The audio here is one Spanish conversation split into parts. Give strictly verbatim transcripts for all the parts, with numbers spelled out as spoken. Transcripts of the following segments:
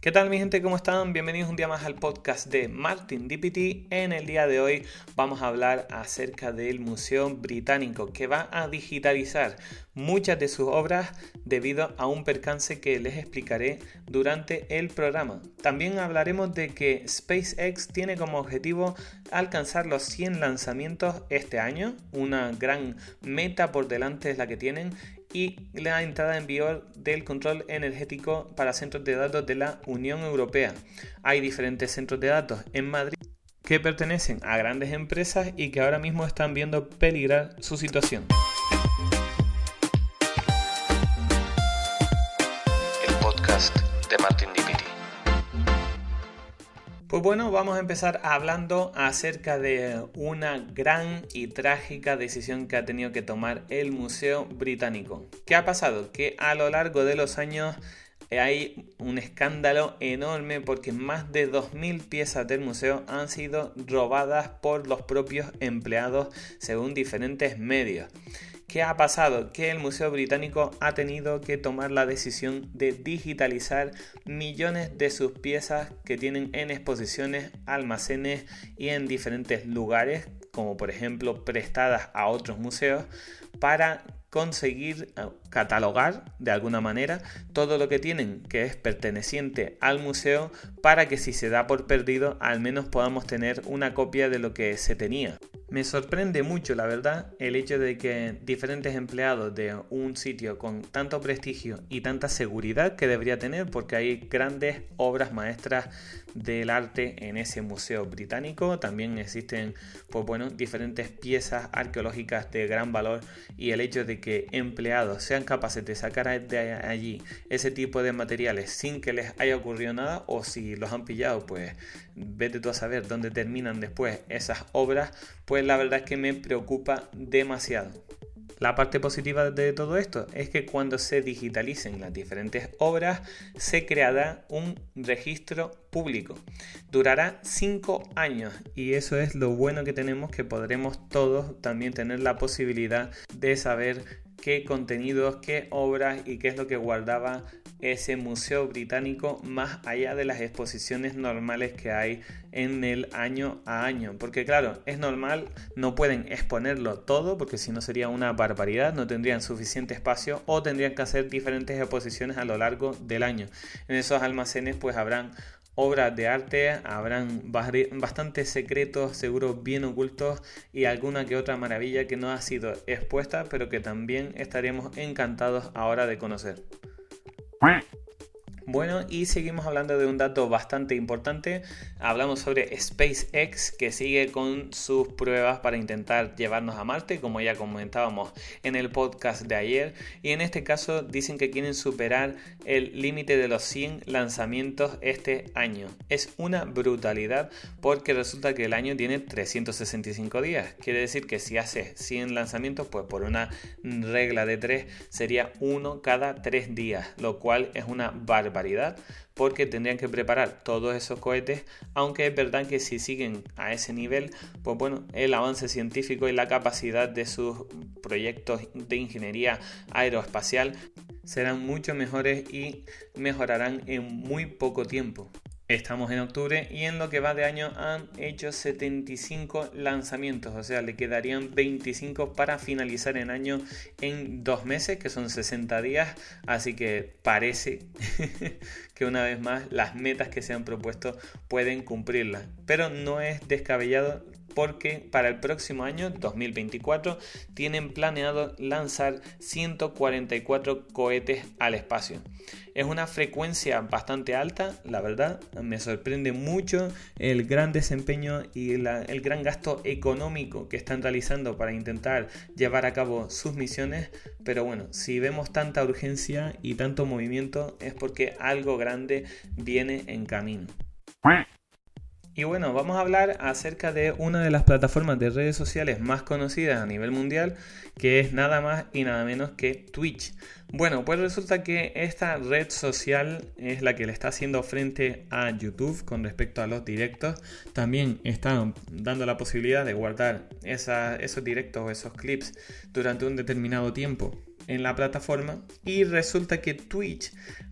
¿Qué tal mi gente? ¿Cómo están? Bienvenidos un día más al podcast de Martin D P T. En el día de hoy vamos a hablar acerca del Museo Británico, que va a digitalizar muchas de sus obras debido a un percance que les explicaré durante el programa. También hablaremos de que SpaceX tiene como objetivo alcanzar los cien lanzamientos este año, una gran meta por delante es la que tienen, y la entrada en vigor del control energético para centros de datos de la Unión Europea. Hay diferentes centros de datos en Madrid que pertenecen a grandes empresas y que ahora mismo están viendo peligrar su situación. El podcast de Martin D P T. Pues bueno, vamos a empezar hablando acerca de una gran y trágica decisión que ha tenido que tomar el Museo Británico. ¿Qué ha pasado? Que a lo largo de los años hay un escándalo enorme porque más de dos mil piezas del museo han sido robadas por los propios empleados según diferentes medios. ¿Qué ha pasado? Que el Museo Británico ha tenido que tomar la decisión de digitalizar millones de sus piezas que tienen en exposiciones, almacenes y en diferentes lugares, como por ejemplo prestadas a otros museos, para conseguir catalogar de alguna manera todo lo que tienen que es perteneciente al museo, para que si se da por perdido al menos podamos tener una copia de lo que se tenía. Me sorprende mucho, la verdad, el hecho de que diferentes empleados de un sitio con tanto prestigio y tanta seguridad que debería tener, porque hay grandes obras maestras del arte en ese museo británico, también existen pues bueno, diferentes piezas arqueológicas de gran valor, y el hecho de que empleados sean capaces de sacar de allí ese tipo de materiales sin que les haya ocurrido nada, o si los han pillado, pues vete tú a saber dónde terminan después esas obras, pues la verdad es que me preocupa demasiado. La parte positiva de todo esto es que cuando se digitalicen las diferentes obras se creará un registro público. Durará cinco años y eso es lo bueno que tenemos, que podremos todos también tener la posibilidad de saber qué contenidos, qué obras y qué es lo que guardaba ese museo británico más allá de las exposiciones normales que hay en el año a año, porque claro, es normal, no pueden exponerlo todo porque si no sería una barbaridad, no tendrían suficiente espacio o tendrían que hacer diferentes exposiciones a lo largo del año. En esos almacenes pues habrán obras de arte, habrán bastantes secretos seguro bien ocultos y alguna que otra maravilla que no ha sido expuesta, pero que también estaremos encantados ahora de conocer. Bueno, y seguimos hablando de un dato bastante importante. Hablamos sobre SpaceX, que sigue con sus pruebas para intentar llevarnos a Marte, como ya comentábamos en el podcast de ayer, y en este caso dicen que quieren superar el límite de los cien lanzamientos este año. Es una brutalidad porque resulta que el año tiene trescientos sesenta y cinco días. Quiere decir que si hace cien lanzamientos, pues por una regla de tres sería uno cada tres días, lo cual es una barbaridad, porque tendrían que preparar todos esos cohetes, aunque es verdad que si siguen a ese nivel, pues bueno, el avance científico y la capacidad de sus proyectos de ingeniería aeroespacial serán mucho mejores y mejorarán en muy poco tiempo. Estamos en octubre y en lo que va de año han hecho setenta y cinco lanzamientos, o sea, le quedarían veinticinco para finalizar el año en dos meses, que son sesenta días, así que parece que una vez más las metas que se han propuesto pueden cumplirlas, pero no es descabellado porque para el próximo año, dos mil veinticuatro, tienen planeado lanzar ciento cuarenta y cuatro cohetes al espacio. Es una frecuencia bastante alta, la verdad, me sorprende mucho el gran desempeño y la, el gran gasto económico que están realizando para intentar llevar a cabo sus misiones, pero bueno, si vemos tanta urgencia y tanto movimiento es porque algo grande viene en camino. Y bueno, vamos a hablar acerca de una de las plataformas de redes sociales más conocidas a nivel mundial, que es nada más y nada menos que Twitch. Bueno, pues resulta que esta red social es la que le está haciendo frente a YouTube con respecto a los directos. También está dando la posibilidad de guardar esa, esos directos o esos clips durante un determinado tiempo en la plataforma, y resulta que Twitch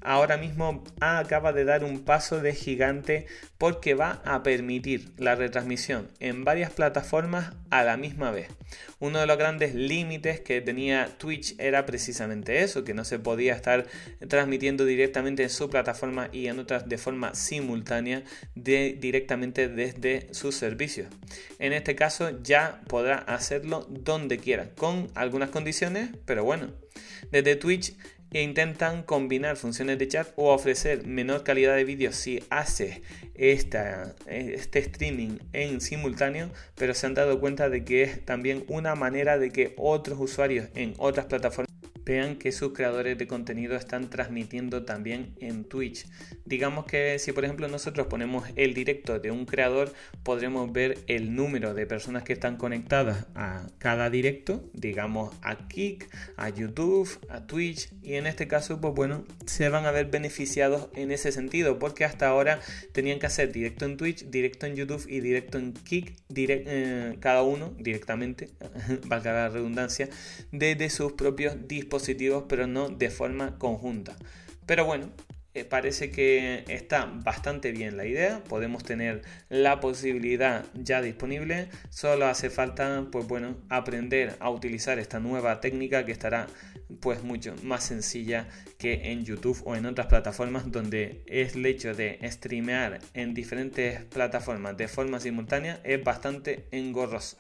ahora mismo acaba de dar un paso de gigante porque va a permitir la retransmisión en varias plataformas a la misma vez. Uno de los grandes límites que tenía Twitch era precisamente eso, que no se podía estar transmitiendo directamente en su plataforma y en otras de forma simultánea de, directamente desde sus servicios. En este caso ya podrá hacerlo donde quiera, con algunas condiciones, pero bueno, desde Twitch intentan combinar funciones de chat o ofrecer menor calidad de vídeo si haces esta, este streaming en simultáneo, pero se han dado cuenta de que es también una manera de que otros usuarios en otras plataformas vean que sus creadores de contenido están transmitiendo también en Twitch. Digamos que si por ejemplo nosotros ponemos el directo de un creador, podremos ver el número de personas que están conectadas a cada directo, digamos a Kick, a YouTube, a Twitch, y en este caso pues bueno, se van a ver beneficiados en ese sentido, porque hasta ahora tenían que hacer directo en Twitch, directo en YouTube y directo en Kick, direct, eh, cada uno directamente, valga la redundancia, desde sus propios dispositivos, pero no de forma conjunta. Pero bueno, eh, parece que está bastante bien la idea. Podemos tener la posibilidad ya disponible. Solo hace falta, pues bueno, aprender a utilizar esta nueva técnica que estará pues mucho más sencilla que en YouTube o en otras plataformas, donde es el hecho de streamear en diferentes plataformas de forma simultánea es bastante engorroso.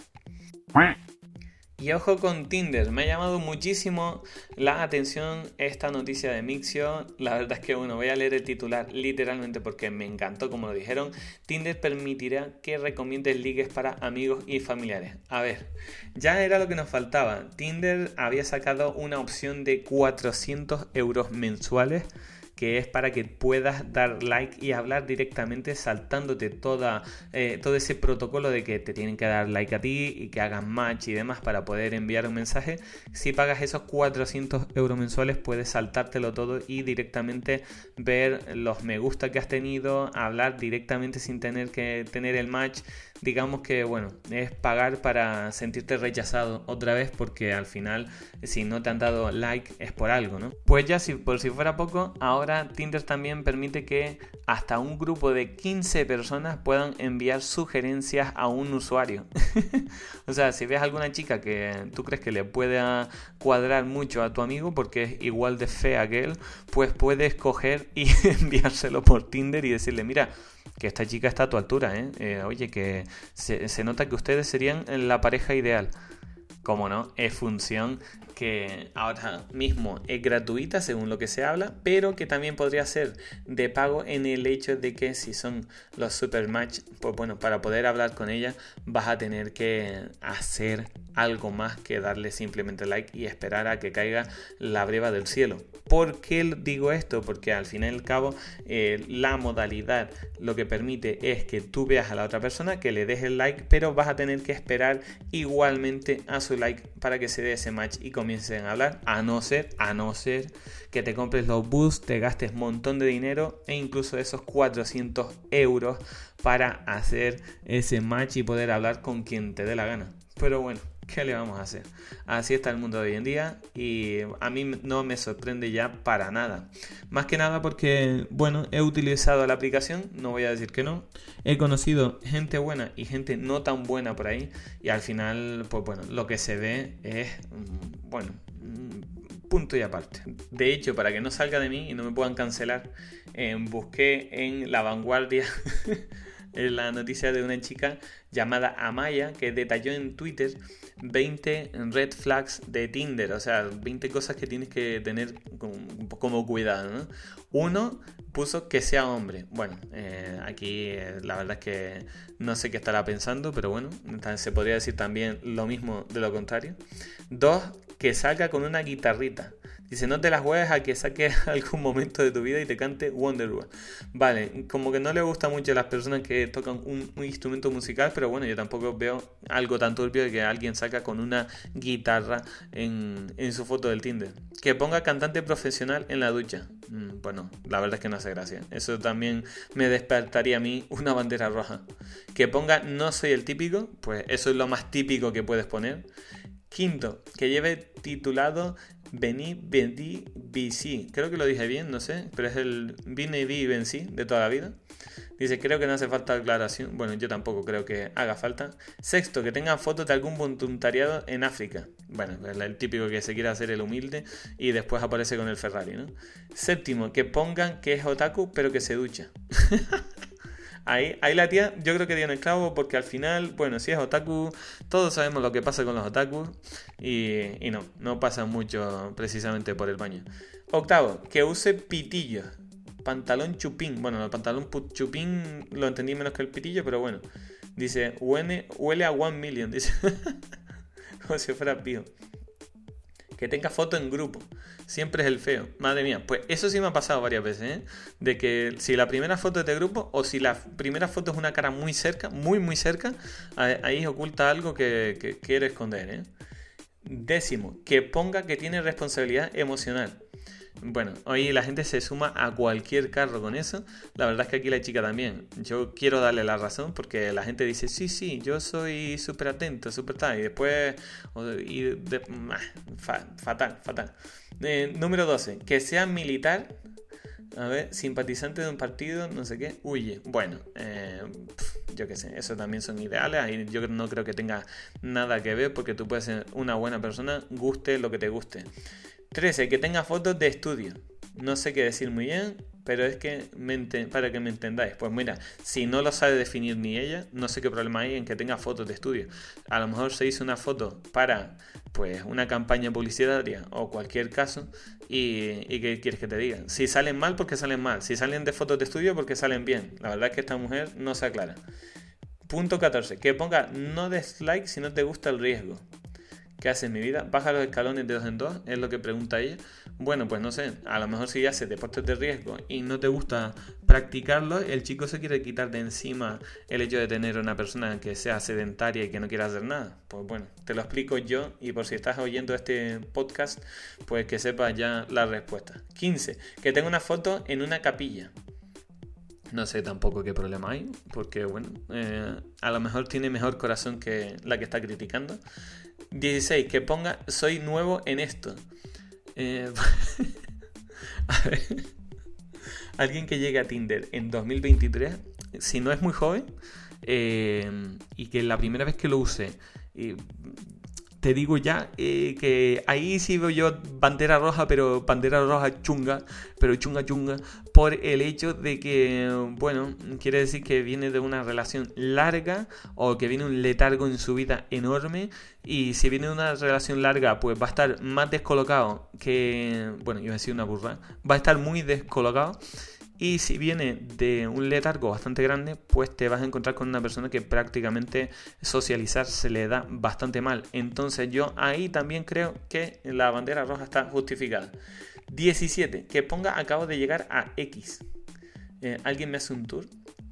Y ojo con Tinder, me ha llamado muchísimo la atención esta noticia de Mixio. La verdad es que bueno, voy a leer el titular literalmente porque me encantó como lo dijeron. Tinder permitirá que recomiendes ligues para amigos y familiares. A ver, ya era lo que nos faltaba. Tinder había sacado una opción de cuatrocientos euros mensuales, que es para que puedas dar like y hablar directamente saltándote toda, eh, todo ese protocolo de que te tienen que dar like a ti y que hagan match y demás para poder enviar un mensaje. Si pagas esos cuatrocientos euros mensuales puedes saltártelo todo y directamente ver los me gusta que has tenido, hablar directamente sin tener que tener el match. Digamos que bueno, es pagar para sentirte rechazado otra vez, porque al final si no te han dado like es por algo, ¿no? Pues ya si, por si fuera poco, ahora Tinder también permite que hasta un grupo de quince personas puedan enviar sugerencias a un usuario. O sea, si ves alguna chica que tú crees que le pueda cuadrar mucho a tu amigo porque es igual de fea que él, pues puedes coger y enviárselo por Tinder y decirle, mira, que esta chica está a tu altura, ¿eh? Eh, oye, que se, se nota que ustedes serían la pareja ideal. Como no, es función que ahora mismo es gratuita según lo que se habla, pero que también podría ser de pago en el hecho de que si son los super match, pues bueno, para poder hablar con ella vas a tener que hacer algo más que darle simplemente like y esperar a que caiga la breva del cielo. ¿Por qué digo esto? Porque al fin y al cabo eh, la modalidad lo que permite es que tú veas a la otra persona, que le des el like, pero vas a tener que esperar igualmente a su like para que se dé ese match y comiencen a hablar, a no ser, a no ser que te compres los boosts, te gastes un montón de dinero e incluso esos cuatrocientos euros para hacer ese match y poder hablar con quien te dé la gana. Pero bueno, ¿qué le vamos a hacer? Así está el mundo de hoy en día y a mí no me sorprende ya para nada. Más que nada porque, bueno, he utilizado la aplicación, no voy a decir que no. He conocido gente buena y gente no tan buena por ahí y al final, pues bueno, lo que se ve es, bueno, punto y aparte. De hecho, para que no salga de mí y no me puedan cancelar, eh, busqué en La Vanguardia la noticia de una chica llamada Amaya que detalló en Twitter veinte red flags de Tinder, o sea, veinte cosas que tienes que tener como, como cuidado, ¿no? Uno, puso que sea hombre. Bueno, eh, aquí eh, la verdad es que no sé qué estará pensando, pero bueno, se podría decir también lo mismo de lo contrario. Dos, que salga con una guitarrita. Dice, no te las juegues a que saques algún momento de tu vida y te cante Wonderwall. Vale, como que no le gusta mucho a las personas que tocan un, un instrumento musical, pero bueno, yo tampoco veo algo tan turbio de que alguien saca con una guitarra en, en su foto del Tinder. Que ponga cantante profesional en la ducha. Mm, bueno, la verdad es que no hace gracia. Eso también me despertaría a mí una bandera roja. Que ponga no soy el típico, pues eso es lo más típico que puedes poner. Quinto, que lleve titulado Beni Bedi Bc. Creo que lo dije bien, no sé, pero es el Beni Bedi de toda la vida. Dice, creo que no hace falta aclaración. Bueno, yo tampoco creo que haga falta. Sexto, que tengan fotos de algún voluntariado en África. Bueno, el típico que se quiere hacer el humilde y después aparece con el Ferrari, ¿no? Séptimo, que pongan que es otaku pero que se ducha. Ahí, ahí la tía yo creo que dio en el clavo, porque al final, bueno, si es otaku, todos sabemos lo que pasa con los otakus y, y no, no pasa mucho precisamente por el baño. Octavo, que use pitillos. Pantalón chupín. Bueno, el pantalón chupín lo entendí menos que el pitillo, pero bueno. Dice, huele, huele a one million. Dice, como si fuera pío. Que tenga foto en grupo. Siempre es el feo. Madre mía. Pues eso sí me ha pasado varias veces, ¿eh? De que si la primera foto es de grupo o si la primera foto es una cara muy cerca, muy muy cerca, ahí oculta algo que, que quiere esconder, ¿eh? Décimo, que ponga que tiene responsabilidad emocional. Bueno, hoy la gente se suma a cualquier carro con eso. La verdad es que aquí la chica también. Yo quiero darle la razón porque la gente dice, sí, sí, yo soy súper atento, súper tal. Y después, y de, fa, fatal, fatal. Eh, número doce, que sea militar. A ver, simpatizante de un partido, no sé qué, huye. Bueno, eh, yo qué sé, eso también son ideales. Y yo no creo que tenga nada que ver porque tú puedes ser una buena persona, guste lo que te guste. trece. Que tenga fotos de estudio. No sé qué decir muy bien, pero es que me ent- para que me entendáis. Pues mira, si no lo sabe definir ni ella, no sé qué problema hay en que tenga fotos de estudio. A lo mejor se hizo una foto para pues una campaña publicitaria o cualquier caso y, y ¿qué quieres que te diga? Si salen mal, porque salen mal. Si salen de fotos de estudio, porque salen bien. La verdad es que esta mujer no se aclara. Punto catorce. Que ponga no des like si no te gusta el riesgo. ¿Qué hace en mi vida? ¿Baja los escalones de dos en dos? Es lo que pregunta ella. Bueno, pues no sé, a lo mejor si haces deportes de riesgo y no te gusta practicarlo, el chico se quiere quitar de encima el hecho de tener una persona que sea sedentaria y que no quiera hacer nada. Pues bueno, te lo explico yo y por si estás oyendo este podcast, pues que sepas ya la respuesta. quince. Que tenga una foto en una capilla. No sé tampoco qué problema hay, porque bueno, eh, a lo mejor tiene mejor corazón que la que está criticando. dieciséis. Que ponga soy nuevo en esto. Eh, a ver, alguien que llegue a Tinder en dos mil veintitrés, si no es muy joven, eh, y que la primera vez que lo use, eh, te digo ya eh, que ahí sí veo yo bandera roja, pero bandera roja chunga, pero chunga chunga, por el hecho de que, bueno, quiere decir que viene de una relación larga o que viene un letargo en su vida enorme. Y si viene de una relación larga, pues va a estar más descolocado que, bueno, iba a decir una burra, va a estar muy descolocado. Y si viene de un letargo bastante grande, pues te vas a encontrar con una persona que prácticamente socializar se le da bastante mal. Entonces yo ahí también creo que la bandera roja está justificada. diecisiete. Que ponga acabo de llegar a X. Eh, ¿Alguien me hace un tour?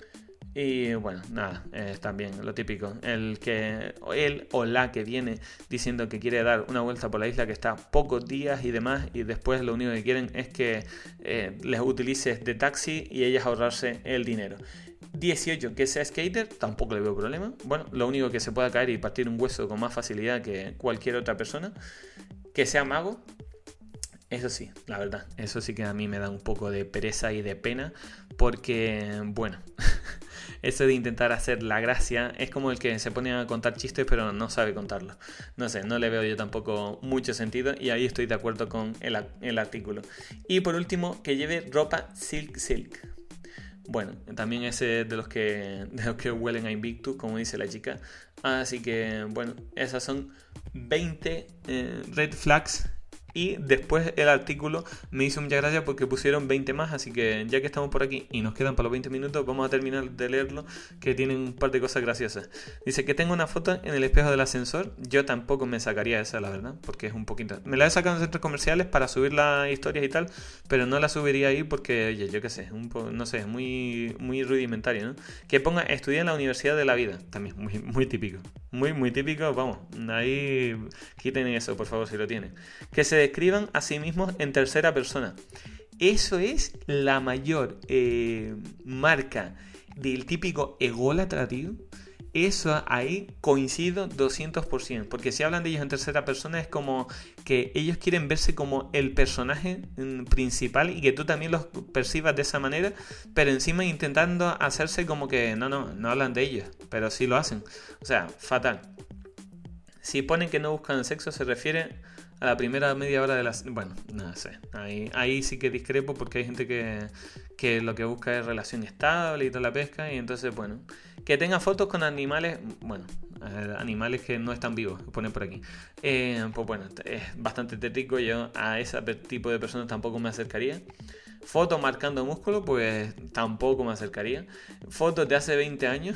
Y bueno, nada, es también lo típico. El que él o la que viene diciendo que quiere dar una vuelta por la isla, que está pocos días y demás, y después lo único que quieren es que eh, les utilices de taxi y ellas ahorrarse el dinero. dieciocho. Que sea skater, tampoco le veo problema. Bueno, lo único que se pueda caer y partir un hueso con más facilidad que cualquier otra persona. Que sea mago. Eso sí, la verdad, eso sí que a mí me da un poco de pereza y de pena, porque, bueno, eso de intentar hacer la gracia es como el que se pone a contar chistes pero no sabe contarlos. No sé, no le veo yo tampoco mucho sentido y ahí estoy de acuerdo con el, el artículo. Y por último, que lleve ropa silk silk. Bueno, también ese de los que, de los que huelen a Invictus, como dice la chica. Así que, bueno, esas son veinte eh, red flags. Y después el artículo me hizo mucha gracia porque pusieron veinte más, así que ya que estamos por aquí y nos quedan para los veinte minutos, vamos a terminar de leerlo, que tienen un par de cosas graciosas. Dice que tengo una foto en el espejo del ascensor. Yo tampoco me sacaría esa, la verdad, porque es un poquito... Me la he sacado en centros comerciales para subir las historias y tal, pero no la subiría ahí porque, oye, yo qué sé, un po... no sé, es muy, muy rudimentario, ¿no? Que ponga estudiar en la Universidad de la Vida, también muy, muy típico. Muy, muy típico, vamos, ahí quiten eso, por favor, si lo tienen. Que se describan a sí mismos en tercera persona. Eso es la mayor eh, marca del típico ególatra, tío. Eso ahí coincido doscientos por ciento, porque si hablan de ellos en tercera persona es como que ellos quieren verse como el personaje principal y que tú también los percibas de esa manera, pero encima intentando hacerse como que no, no, no hablan de ellos, pero sí lo hacen. O sea, fatal. Si ponen que no buscan sexo se refiere a la primera media hora de las... Bueno, no sé, ahí, ahí sí que discrepo porque hay gente que, que lo que busca es relación estable y toda la pesca y entonces, bueno... Que tenga fotos con animales, bueno, eh, animales que no están vivos, ponen por aquí. Eh, pues bueno, es bastante tétrico, yo a ese tipo de personas tampoco me acercaría. Fotos marcando músculo, pues tampoco me acercaría. Fotos de hace veinte años.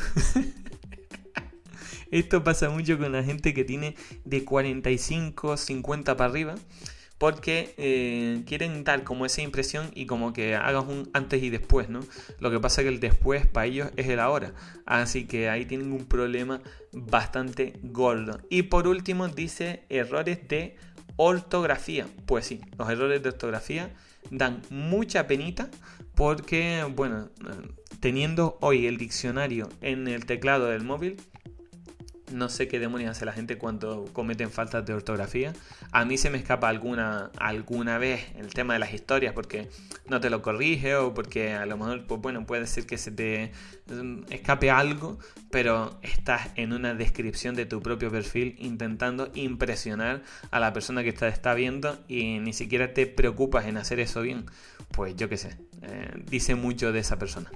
Esto pasa mucho con la gente que tiene de cuarenta y cinco, cincuenta para arriba. Porque eh, quieren dar como esa impresión y como que hagas un antes y después, ¿no? Lo que pasa es que el después para ellos es el ahora. Así que ahí tienen un problema bastante gordo. Y por último dice errores de ortografía. Pues sí, los errores de ortografía dan mucha penita porque, bueno, teniendo hoy el diccionario en el teclado del móvil... No sé qué demonios hace la gente cuando cometen faltas de ortografía. A mí se me escapa alguna alguna vez el tema de las historias porque no te lo corrige o porque a lo mejor, pues bueno, puede ser que se te escape algo, pero estás en una descripción de tu propio perfil intentando impresionar a la persona que te está viendo y ni siquiera te preocupas en hacer eso bien. Pues yo qué sé, eh, dice mucho de esa persona.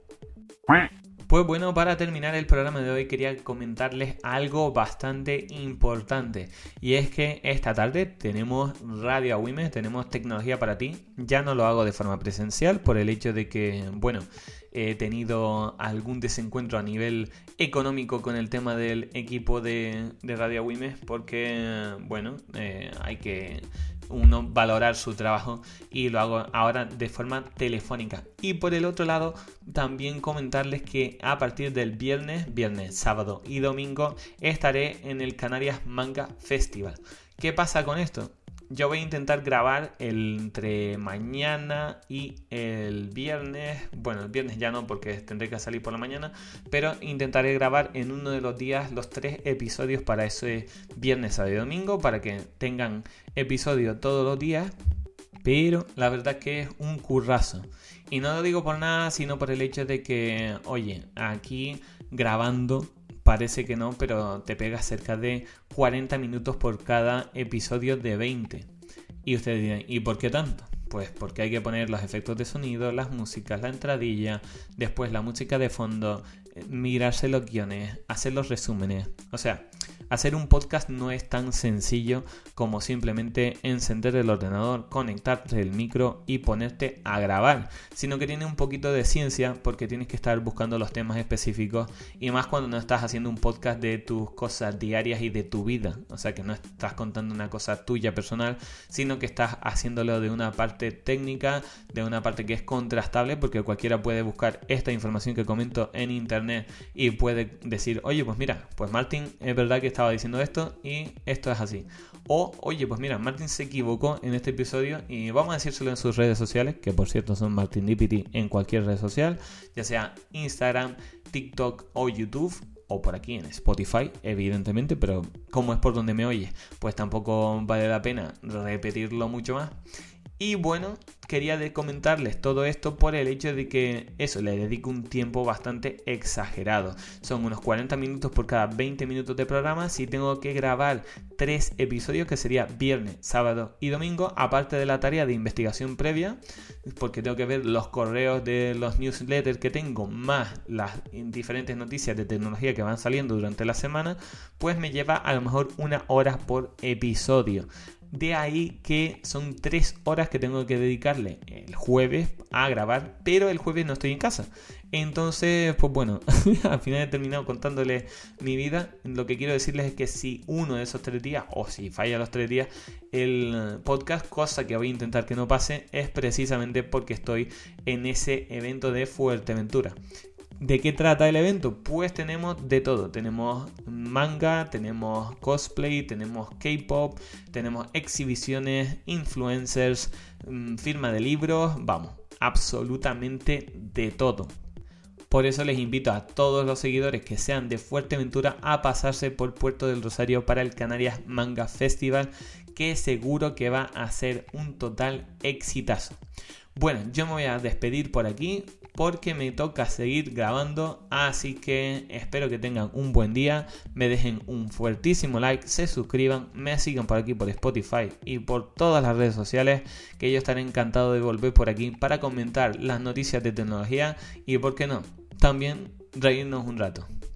Pues bueno, para terminar el programa de hoy quería comentarles algo bastante importante. Y es que esta tarde tenemos Radio Agüimes, tenemos tecnología para ti. Ya no lo hago de forma presencial por el hecho de que, bueno, he tenido algún desencuentro a nivel económico con el tema del equipo de, de Radio Agüimes. Porque, bueno, eh, hay que... uno valorar su trabajo y lo hago ahora de forma telefónica. Y por el otro lado también comentarles que a partir del viernes, viernes, sábado y domingo estaré en el Canarias Manga Festival. ¿Qué pasa con esto? Yo voy a intentar grabar entre mañana y el viernes. Bueno, el viernes ya no porque tendré que salir por la mañana. Pero intentaré grabar en uno de los días los tres episodios para ese viernes, sábado y domingo. Para que tengan episodio todos los días. Pero la verdad que es un currazo. Y no lo digo por nada, sino por el hecho de que, oye, aquí grabando... Parece que no, pero te pegas cerca de cuarenta minutos por cada episodio de veinte. Y ustedes dirán, ¿y por qué tanto? Pues porque hay que poner los efectos de sonido, las músicas, la entradilla, después la música de fondo, mirarse los guiones, hacer los resúmenes. O sea, hacer un podcast no es tan sencillo como simplemente encender el ordenador, conectarte el micro y ponerte a grabar, sino que tiene un poquito de ciencia porque tienes que estar buscando los temas específicos y más cuando no estás haciendo un podcast de tus cosas diarias y de tu vida. O sea, que no estás contando una cosa tuya personal, sino que estás haciéndolo de una parte técnica, de una parte que es contrastable, porque cualquiera puede buscar esta información que comento en internet y puede decir, oye, pues mira, pues Martín es verdad que estaba diciendo esto y esto es así. O, oye, pues mira, Martín se equivocó en este episodio y vamos a decírselo en sus redes sociales, que por cierto son MartinDipity en cualquier red social, ya sea Instagram, TikTok o YouTube, o por aquí en Spotify, evidentemente, pero como es por donde me oye, pues tampoco vale la pena repetirlo mucho más. Y bueno, quería de comentarles todo esto por el hecho de que eso, le dedico un tiempo bastante exagerado. Son unos cuarenta minutos por cada veinte minutos de programa. Si tengo que grabar tres episodios, que sería viernes, sábado y domingo, aparte de la tarea de investigación previa, porque tengo que ver los correos de los newsletters que tengo, más las diferentes noticias de tecnología que van saliendo durante la semana, pues me lleva a lo mejor una hora por episodio. De ahí que son tres horas que tengo que dedicarle el jueves a grabar, pero el jueves no estoy en casa. Entonces, pues bueno, al final he terminado contándoles mi vida. Lo que quiero decirles es que si uno de esos tres días, o si falla los tres días, el podcast, cosa que voy a intentar que no pase, es precisamente porque estoy en ese evento de Fuerteventura. ¿De qué trata el evento? Pues tenemos de todo. Tenemos manga, tenemos cosplay, tenemos K-pop, tenemos exhibiciones, influencers, firma de libros, vamos, absolutamente de todo. Por eso les invito a todos los seguidores que sean de Fuerteventura a pasarse por Puerto del Rosario para el Canarias Manga Festival, que seguro que va a ser un total exitazo. Bueno, yo me voy a despedir por aquí porque me toca seguir grabando, así que espero que tengan un buen día, me dejen un fuertísimo like, se suscriban, me sigan por aquí por Spotify y por todas las redes sociales, que yo estaré encantado de volver por aquí para comentar las noticias de tecnología y, por qué no, también reírnos un rato.